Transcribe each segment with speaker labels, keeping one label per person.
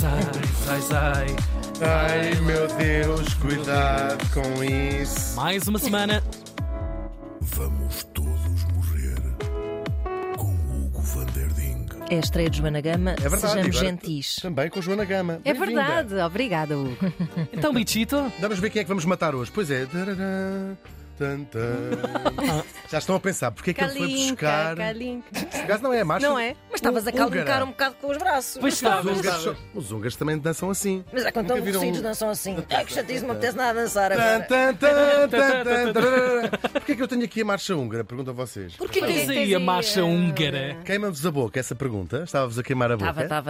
Speaker 1: Sai.
Speaker 2: Ai meu Deus, cuidado com isso.
Speaker 1: Mais uma semana.
Speaker 3: Vamos todos morrer com Hugo van der Ding.
Speaker 4: É a estreia de Joana Gama.
Speaker 2: É verdade.
Speaker 4: Sejamos
Speaker 2: agora
Speaker 4: gentis.
Speaker 2: Também com Joana Gama.
Speaker 5: É
Speaker 2: Bem-vinda.
Speaker 5: verdade, obrigada, Hugo.
Speaker 1: Então, bichito.
Speaker 2: Vamos ver quem é que vamos matar hoje. Pois é. Tarará, tan, tan. Já estão a pensar porque é que ele foi buscar.
Speaker 5: Calinca.
Speaker 2: Por acaso não é macho.
Speaker 5: Não é?
Speaker 4: Mas estavas a
Speaker 2: Húngara.
Speaker 4: calcar um bocado com os braços.
Speaker 1: Pois estava.
Speaker 2: Os húngaros também dançam assim.
Speaker 4: Mas é quando
Speaker 2: Nunca
Speaker 4: estão
Speaker 2: viram
Speaker 4: aborrecidos, não são assim. É que chatice, não me apetece nada a dançar
Speaker 2: Tan,
Speaker 4: agora.
Speaker 2: tan, tan, tan, tan, tarará. Porquê é que eu tenho aqui a marcha húngara? Pergunto a vocês.
Speaker 1: Porquê que tens aí a marcha húngara?
Speaker 2: Queima-vos a boca essa pergunta? Estava-vos a queimar a boca?
Speaker 4: Estava.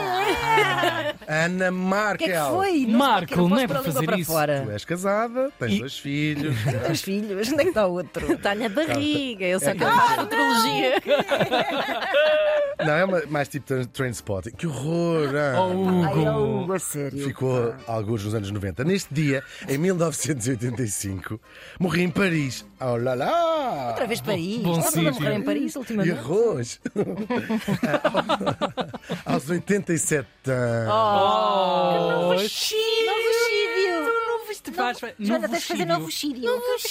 Speaker 2: Ana
Speaker 4: O que é que
Speaker 2: Markel.
Speaker 4: foi?
Speaker 1: Marco, não é
Speaker 4: posso
Speaker 1: para
Speaker 4: pôr a língua
Speaker 1: fazer
Speaker 4: para
Speaker 1: isso.
Speaker 4: fora.
Speaker 2: Tu és casada, tens 2 filhos.
Speaker 4: Os filhos, onde é que está o outro?
Speaker 5: Está na barriga, ele só quer faz futurologia.
Speaker 2: Não, é mais tipo Trainspotting. Que horror!
Speaker 1: Oh,
Speaker 4: Ai,
Speaker 1: Hugo.
Speaker 4: Hugo, a sério.
Speaker 2: Ficou alguns nos anos 90. Neste dia, em 1985, morri em Paris. Oh lá lá!
Speaker 4: Outra vez Paris.
Speaker 1: Bom
Speaker 4: Estás a morrer
Speaker 1: sítio.
Speaker 4: em Paris
Speaker 2: E
Speaker 4: ultimamente.
Speaker 2: arroz! Aos 87 anos.
Speaker 1: Oh,
Speaker 4: Novo Chírio.
Speaker 5: Joana, tens de fazer novo Chírio. Novo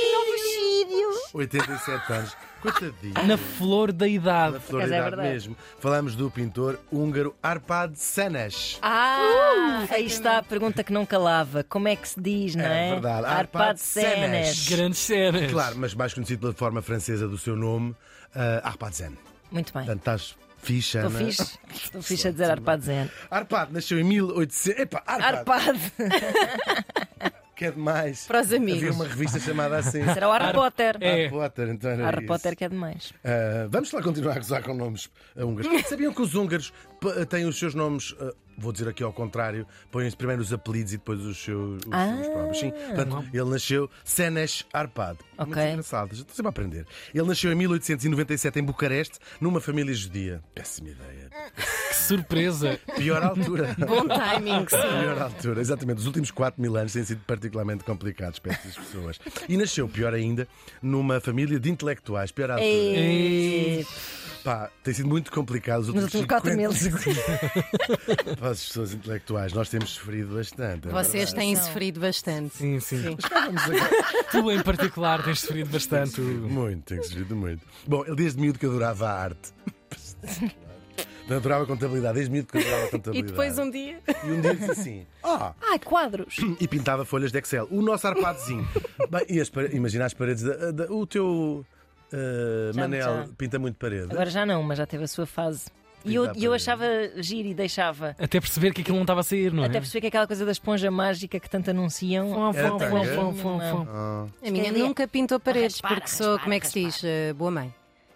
Speaker 2: 87 anos. Coitadinho.
Speaker 1: Na flor da idade.
Speaker 2: Na flor
Speaker 4: Mas
Speaker 2: da
Speaker 4: é
Speaker 2: idade
Speaker 4: verdade.
Speaker 2: mesmo. Falamos do pintor húngaro Arpad Senes.
Speaker 4: Aí está a pergunta que não calava. Como é que se diz, não é?
Speaker 2: É verdade.
Speaker 4: Arpad Senes.
Speaker 1: Grandes cenas.
Speaker 2: Claro, mas mais conhecido pela forma francesa do seu nome, Arpad Zen.
Speaker 4: Muito bem.
Speaker 2: Portanto, estás fixe,
Speaker 4: Estou
Speaker 2: Ana.
Speaker 4: fixe. Estou fixe a dizer Arpad Zen.
Speaker 2: Arpad nasceu em 1800. Epá, Arpad,
Speaker 4: Arpad.
Speaker 2: que é demais.
Speaker 5: Para os amigos.
Speaker 2: Havia uma revista chamada assim.
Speaker 4: Será o Harry Potter.
Speaker 1: É.
Speaker 2: Harry Potter, então era
Speaker 4: Harry
Speaker 2: isso.
Speaker 4: Potter que é demais.
Speaker 2: Vamos lá continuar a gozar com nomes húngaros. Sabiam que os húngaros têm os seus nomes, vou dizer aqui ao contrário, põem primeiro os apelidos e depois os seus próprios. Sim, portanto, ele nasceu Senes Arpad. Muito
Speaker 4: Ok.
Speaker 2: engraçado, já estou sempre a aprender. Ele nasceu em 1897 em Bucareste, numa família judia. Péssima ideia.
Speaker 1: Que surpresa.
Speaker 2: Pior altura.
Speaker 5: Bom timing, sim.
Speaker 2: Pior altura, exatamente. Os últimos 4.000 anos têm sido particularmente complicados para estas pessoas. E nasceu, pior ainda, numa família de intelectuais. Pior altura.
Speaker 4: E...
Speaker 2: Pá, tem sido muito complicado os
Speaker 4: Nos
Speaker 2: últimos
Speaker 4: últimos 4
Speaker 2: 50 para as pessoas intelectuais. Nós temos sofrido bastante. é
Speaker 5: Vocês têm
Speaker 4: São.
Speaker 5: sofrido bastante.
Speaker 1: Sim, sim.
Speaker 2: verdade. Vamos agora.
Speaker 1: Tu, em particular, tens sofrido bastante. Hugo.
Speaker 2: Muito, tenho sofrido muito. Bom, ele desde miúdo que adorava a arte. Não adorava a contabilidade, desde miúdo que adorava a
Speaker 5: E
Speaker 2: contabilidade.
Speaker 5: depois um dia.
Speaker 2: E um dia disse assim:
Speaker 4: Ai, quadros.
Speaker 2: e pintava folhas de Excel. O nosso arpadozinho. Bem, e imagina as paredes. O teu Manel
Speaker 4: já.
Speaker 2: pinta muito parede.
Speaker 4: Agora já não, mas já teve a sua fase. E
Speaker 2: Pinta a
Speaker 4: eu
Speaker 2: parede.
Speaker 4: achava giro e deixava.
Speaker 1: Até perceber que aquilo não estava a sair, não é?
Speaker 4: Até perceber que aquela coisa da esponja mágica que tanto anunciam.
Speaker 2: Era tanga?
Speaker 4: Não.
Speaker 2: Ah.
Speaker 5: A minha
Speaker 4: Quer
Speaker 5: nunca pintou paredes,
Speaker 4: raspar,
Speaker 5: porque sou,
Speaker 4: raspar,
Speaker 5: como é que se diz? Boa mãe.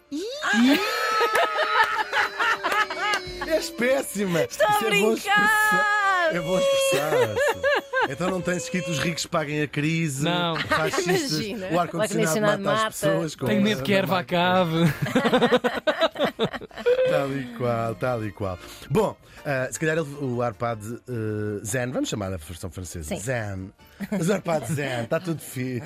Speaker 2: És péssima!
Speaker 4: Estou a
Speaker 2: Isso é bom
Speaker 4: brincar!
Speaker 2: expressar. É bom expressar-se. Então não tens escrito os ricos paguem a crise,
Speaker 1: Não.
Speaker 2: fascistas,
Speaker 5: Imagina.
Speaker 2: o ar-condicionado
Speaker 4: O ar-condicionado
Speaker 2: mata as pessoas. com
Speaker 1: Tenho medo que a erva acabe.
Speaker 2: Tal e qual. Bom, se calhar o Arpad Zen, vamos chamar a versão francesa.
Speaker 4: Sim.
Speaker 2: Zen. Mas o Arpad Zen, está tudo fixe.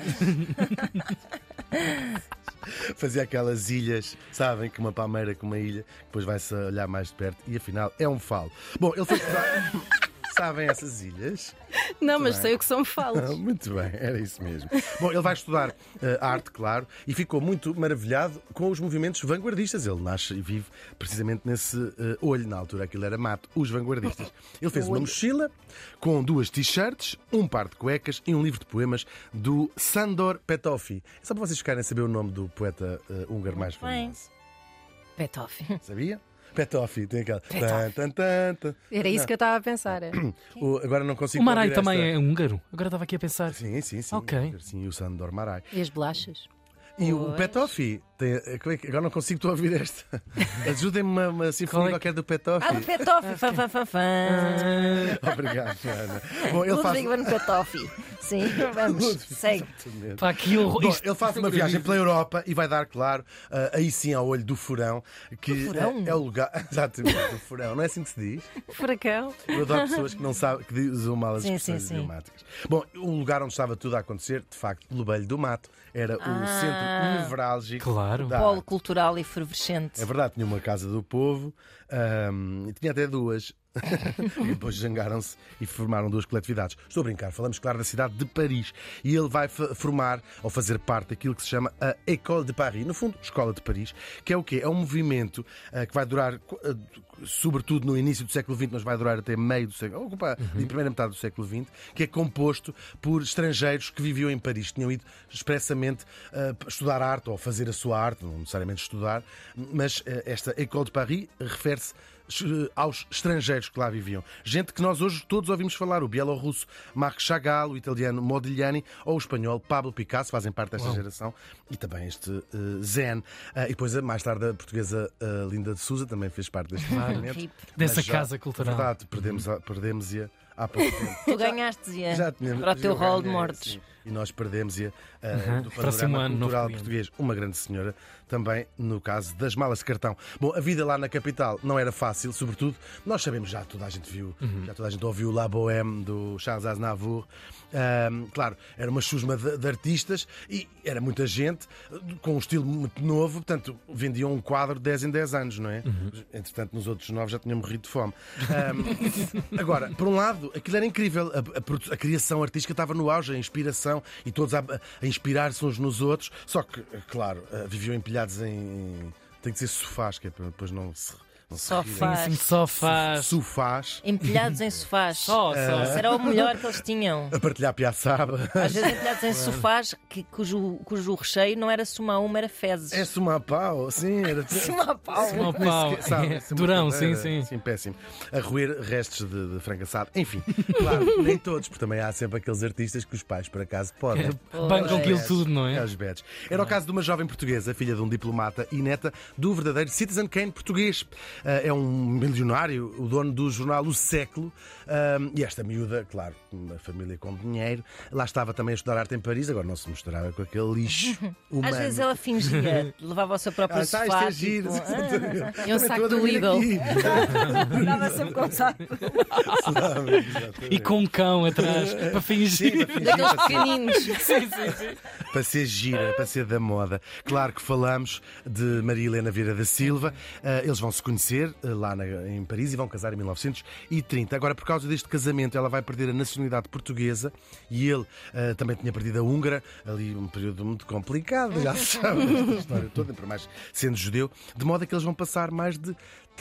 Speaker 2: Fazia aquelas ilhas, sabem, que uma palmeira com uma ilha, depois vai-se olhar mais de perto e afinal é um falo. Bom, ele foi estudar. Sabem essas ilhas?
Speaker 5: Não, mas
Speaker 2: bem.
Speaker 5: sei o que são falos.
Speaker 2: Muito bem, era isso mesmo. Bom, ele vai estudar arte, claro, e ficou muito maravilhado com os movimentos vanguardistas. Ele nasce e vive precisamente nesse olho. Na altura aquilo era mato, os vanguardistas. Ele fez uma mochila com 2 t-shirts, um par de cuecas e um livro de poemas do Sándor Petőfi. É só para vocês ficarem a saber o nome do poeta húngaro mais
Speaker 4: bem.
Speaker 2: famoso.
Speaker 5: Petőfi.
Speaker 2: Sabia? Petőfi, tem aquela.
Speaker 5: Era isso que eu estava a pensar.
Speaker 2: Agora não consigo.
Speaker 1: O Marai
Speaker 2: ouvir
Speaker 1: também
Speaker 2: esta-
Speaker 1: é húngaro. Agora estava aqui a pensar.
Speaker 2: Sim, sim, sim.
Speaker 1: Ok.
Speaker 2: Sim, e o Sándor Marai.
Speaker 5: E as bolachas?
Speaker 2: E o
Speaker 4: Pois.
Speaker 2: Petőfi, agora não consigo tu ouvir esta. Ajudem-me uma sinfonia qualquer do Petőfi.
Speaker 4: Ah, do Petőfi. Fã, fã, fã, fã.
Speaker 2: Obrigado, Ana. Bom, ele faz.
Speaker 4: Ludwig van Petőfi. Sim, vamos. Segue.
Speaker 2: Exatamente.
Speaker 1: Pá, que horror.
Speaker 2: Bom,
Speaker 1: Isto-
Speaker 2: ele faz uma viagem pela Europa e vai dar, claro, aí sim ao olho do furão, que
Speaker 4: furão?
Speaker 2: é o lugar. Exatamente, do furão, não é assim que se diz?
Speaker 5: Furacão?
Speaker 2: Eu adoro pessoas que não sabem, que usam mal as
Speaker 4: Sim,
Speaker 2: expressões
Speaker 4: sim, sim.
Speaker 2: idiomáticas. Bom, o lugar onde estava tudo a acontecer, de facto, pelo Belho do Mato, era o centro nevrálgico.
Speaker 1: Claro.
Speaker 2: da
Speaker 4: Polo
Speaker 2: arte.
Speaker 4: cultural efervescente.
Speaker 2: É verdade, tinha uma casa do povo e tinha até duas. E depois zangaram-se e formaram duas coletividades. Estou a brincar, falamos, claro, da cidade de Paris. E ele vai formar ou fazer parte daquilo que se chama a École de Paris. No fundo, Escola de Paris, que é o quê? É um movimento que vai durar, sobretudo no início do século XX, mas vai durar até meio do século, ocupa a primeira metade do século XX, que é composto por estrangeiros que viviam em Paris. Tinham ido expressamente estudar arte ou fazer a sua arte, não necessariamente estudar, mas esta École de Paris refere-se aos estrangeiros que lá viviam. Gente que nós hoje todos ouvimos falar, o bielorrusso Marc Chagall, o italiano Modigliani ou o espanhol Pablo Picasso, fazem parte desta geração, e também este Zen. E depois, mais tarde, a portuguesa Linda de Souza também fez parte deste movimento.
Speaker 4: Rip.
Speaker 1: Dessa
Speaker 2: Mas já,
Speaker 1: casa cultural.
Speaker 2: É verdade, perdemos-a há pouco tempo.
Speaker 4: Tu ganhaste-a
Speaker 2: Já tínhamos-
Speaker 4: para o teu
Speaker 2: eu
Speaker 4: rol de
Speaker 2: ganhei,
Speaker 4: mortos.
Speaker 2: sim. E nós perdemos-a do
Speaker 1: Próximo
Speaker 2: panorama
Speaker 1: ano,
Speaker 2: cultural
Speaker 1: novo cliente.
Speaker 2: português. Uma grande senhora, também no caso das malas de cartão. Bom, a vida lá na capital não era fácil, sobretudo, nós sabemos, já toda a gente viu, já toda a gente ouviu La Bohème do Charles Aznavour. Claro, era uma chusma de artistas e era muita gente com um estilo muito novo, portanto, vendiam um quadro de 10 em 10 anos, não é? Entretanto, nos outros 9 já tinham morrido de fome. Agora, por um lado, aquilo era incrível, a criação artística estava no auge, a inspiração e todos a inspirar-se uns nos outros, só que, claro, viviam empilhados em. Tem que dizer sofás, que é para depois não se. Não se rirem.
Speaker 4: Sofás.
Speaker 1: Sim, só faz.
Speaker 2: Sofás.
Speaker 4: Empilhados em sofás.
Speaker 1: Só.
Speaker 4: Isso era o melhor que eles tinham.
Speaker 2: A partilhar piaçaba.
Speaker 4: Às vezes empilhados em sofás cujo recheio não era suma uma, era fezes.
Speaker 2: É sumapau, sim, era.
Speaker 4: Suma pau.
Speaker 1: Uma pau.
Speaker 2: Sabe, essa é uma
Speaker 1: Durão, sim,
Speaker 2: cadeira,
Speaker 1: sim.
Speaker 2: Sim, péssimo. A roer restos de frango assado. Enfim, claro, nem todos, porque também há sempre aqueles artistas que os pais, por acaso, podem.
Speaker 1: Bancam aquilo tudo, não
Speaker 2: É
Speaker 1: é?
Speaker 2: os betos. Era o caso de uma jovem portuguesa, filha de um diplomata e neta do verdadeiro Citizen Kane português. É um milionário, o dono do jornal O Século. E esta miúda, claro, uma família com dinheiro, lá estava também a estudar arte em Paris, agora não se misturava com aquele lixo humano.
Speaker 4: Às vezes ela fingia, levava o seu próprio
Speaker 2: Isto é
Speaker 4: sofá.
Speaker 2: giro.
Speaker 4: Tipo,
Speaker 5: É um saco do Eagle.
Speaker 4: Estava sempre com o saco.
Speaker 1: E com um cão atrás para fingir.
Speaker 4: Daqueles pequeninos.
Speaker 2: Para ser gira, para ser da moda. Claro que falamos de Maria Helena Vieira da Silva. Eles vão se conhecer lá em Paris e vão casar em 1930. Agora, por causa deste casamento, ela vai perder a nacionalidade portuguesa e ele também tinha perdido a húngara. Ali um período muito complicado, já se sabe, esta história toda, por mais sendo judeu. De modo a que eles vão passar mais de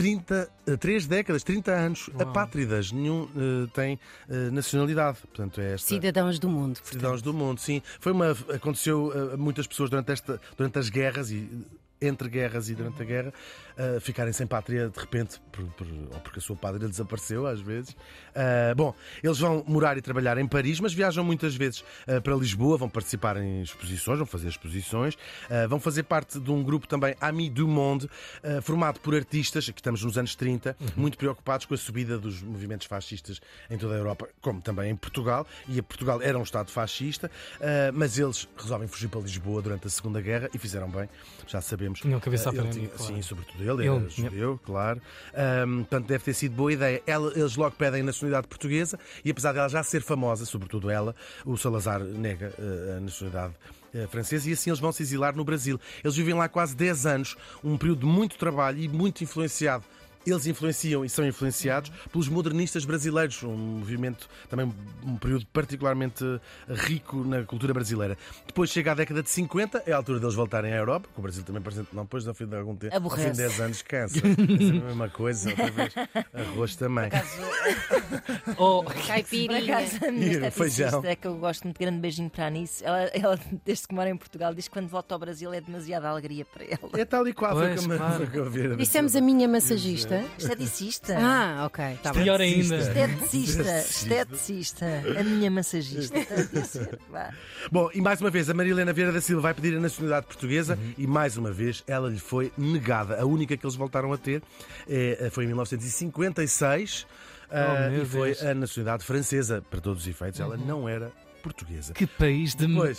Speaker 2: 3 décadas, 30 anos, apátridas. Nenhum tem nacionalidade. Portanto, é esta.
Speaker 5: Cidadãos do mundo.
Speaker 2: Cidadãos do mundo, sim. Aconteceu a muitas pessoas durante as guerras e entre guerras e durante a guerra ficarem sem pátria de repente, ou porque a sua pátria desapareceu às vezes. Bom, eles vão morar e trabalhar em Paris, mas viajam muitas vezes para Lisboa, vão participar em exposições, vão fazer exposições, vão fazer parte de um grupo também Amis du Monde, formado por artistas, aqui estamos nos anos 30, muito preocupados com a subida dos movimentos fascistas em toda a Europa, como também em Portugal, e Portugal era um Estado fascista, mas eles resolvem fugir para Lisboa durante a Segunda Guerra e fizeram bem, já sabemos.
Speaker 1: Tinham cabeça a
Speaker 2: Ele
Speaker 1: prémio,
Speaker 2: tinha-
Speaker 1: claro.
Speaker 2: Sim, sobretudo ele era judeu, claro. Portanto, deve ter sido boa ideia. Eles logo pedem a nacionalidade portuguesa e, apesar dela já ser famosa, sobretudo ela, o Salazar nega a nacionalidade francesa e assim eles vão se exilar no Brasil. Eles vivem lá quase 10 anos, um período de muito trabalho e muito influenciado. Eles influenciam e são influenciados pelos modernistas brasileiros, um movimento, também um período particularmente rico na cultura brasileira. Depois chega a década de 50, é a altura deles voltarem à Europa, que o Brasil também, por exemplo, não, depois ao fim de algum tempo, ao fim de
Speaker 4: Aborrece.
Speaker 2: 10 anos, cansa. É sempre a mesma coisa, outra vez. Arroz também.
Speaker 1: Oh,
Speaker 4: Por
Speaker 5: Caipirinha.
Speaker 4: acaso, a minha
Speaker 2: E o feijão.
Speaker 4: esteticista, que eu gosto muito, grande beijinho para a Anice, ela, desde que mora em Portugal, diz que quando volta ao Brasil é demasiada alegria para ela.
Speaker 2: É tal e qual,
Speaker 1: Pois,
Speaker 2: foi como
Speaker 1: claro.
Speaker 2: foi que eu vi.
Speaker 5: Dissemos a minha massagista.
Speaker 4: Esteticista.
Speaker 5: Ah, ok. Tá bem.
Speaker 1: pior ainda.
Speaker 4: Esteticista. A minha massagista. Podia ser, vá.
Speaker 2: Bom, e mais uma vez, a Maria Helena Vieira da Silva vai pedir a nacionalidade portuguesa e mais uma vez ela lhe foi negada. A única que eles voltaram a ter foi em 1956
Speaker 1: meu
Speaker 2: e foi
Speaker 1: Deus.
Speaker 2: a nacionalidade francesa. Para todos os efeitos, ela não era portuguesa.
Speaker 1: Que país de.
Speaker 2: Depois,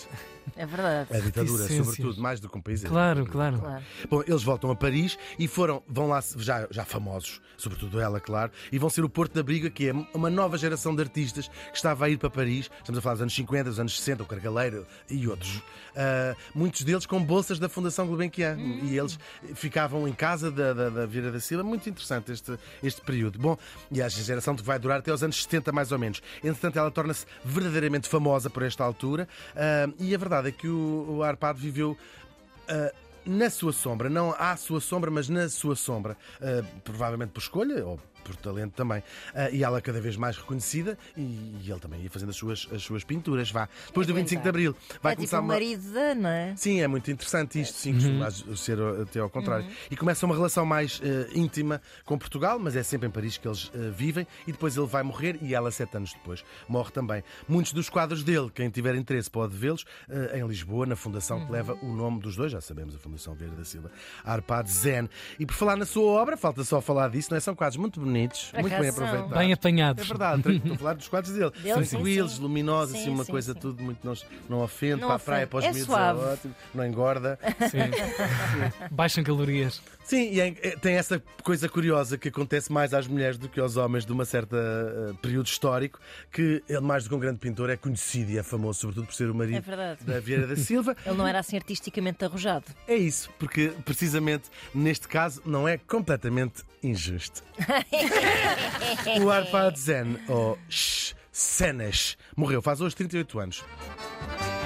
Speaker 4: É verdade.
Speaker 2: A ditadura,
Speaker 1: Reticências.
Speaker 2: sobretudo, mais do que um país.
Speaker 1: Claro, claro.
Speaker 4: Claro.
Speaker 2: Bom, eles voltam a Paris e vão lá já famosos, sobretudo ela, claro, e vão ser o Porto da Briga, que é uma nova geração de artistas que estava a ir para Paris. Estamos a falar dos anos 50, dos anos 60, o Cargaleiro e outros. Muitos deles com bolsas da Fundação Gulbenkian. E eles ficavam em casa da Vieira da Silva. Muito interessante este período. Bom, e a geração que vai durar até aos anos 70, mais ou menos. Entretanto, ela torna-se verdadeiramente famosa por esta altura. E a verdade é que o Arpad viveu na sua sombra, não à sua sombra, mas na sua sombra, provavelmente por escolha ou por talento também. E ela cada vez mais reconhecida e ele também ia fazendo as suas pinturas. Depois do 25 de Abril vai começar
Speaker 4: tipo o marido da, não é?
Speaker 2: Sim, é muito interessante isto, sim, costuma ser até ao contrário. E começa uma relação mais íntima com Portugal, mas é sempre em Paris que eles vivem, e depois ele vai morrer e ela, 7 anos depois, morre também. Muitos dos quadros dele, quem tiver interesse pode vê-los em Lisboa, na fundação que leva o nome dos dois, já sabemos, a Fundação Vieira da Silva, Arpad Zen. E por falar na sua obra, falta só falar disso, não é? São quadros muito bonitos, muito bem
Speaker 4: acaso são.
Speaker 2: aproveitados.
Speaker 1: Bem apanhados.
Speaker 2: É verdade, estou a falar dos quadros dele. Tranquilos,
Speaker 4: sim.
Speaker 2: luminosos,
Speaker 4: Sim,
Speaker 2: assim, uma
Speaker 4: sim,
Speaker 2: coisa
Speaker 4: sim.
Speaker 2: tudo muito não ofende,
Speaker 4: Não
Speaker 2: para a praia,
Speaker 4: ofende.
Speaker 2: para os
Speaker 4: É
Speaker 2: miúdos
Speaker 4: suave.
Speaker 2: é ótimo, não engorda.
Speaker 1: Sim. Baixam calorias.
Speaker 2: Sim, e tem essa coisa curiosa que acontece mais às mulheres do que aos homens de uma certa período histórico, que ele, mais do que um grande pintor, é conhecido e é famoso, sobretudo por ser o
Speaker 4: É
Speaker 2: marido
Speaker 4: verdade.
Speaker 2: da Vieira da Silva.
Speaker 4: Ele não era assim artisticamente arrojado.
Speaker 2: É isso, porque precisamente neste caso não é completamente injusto. O Arpad Zen, ou Senes, morreu faz hoje 38 anos.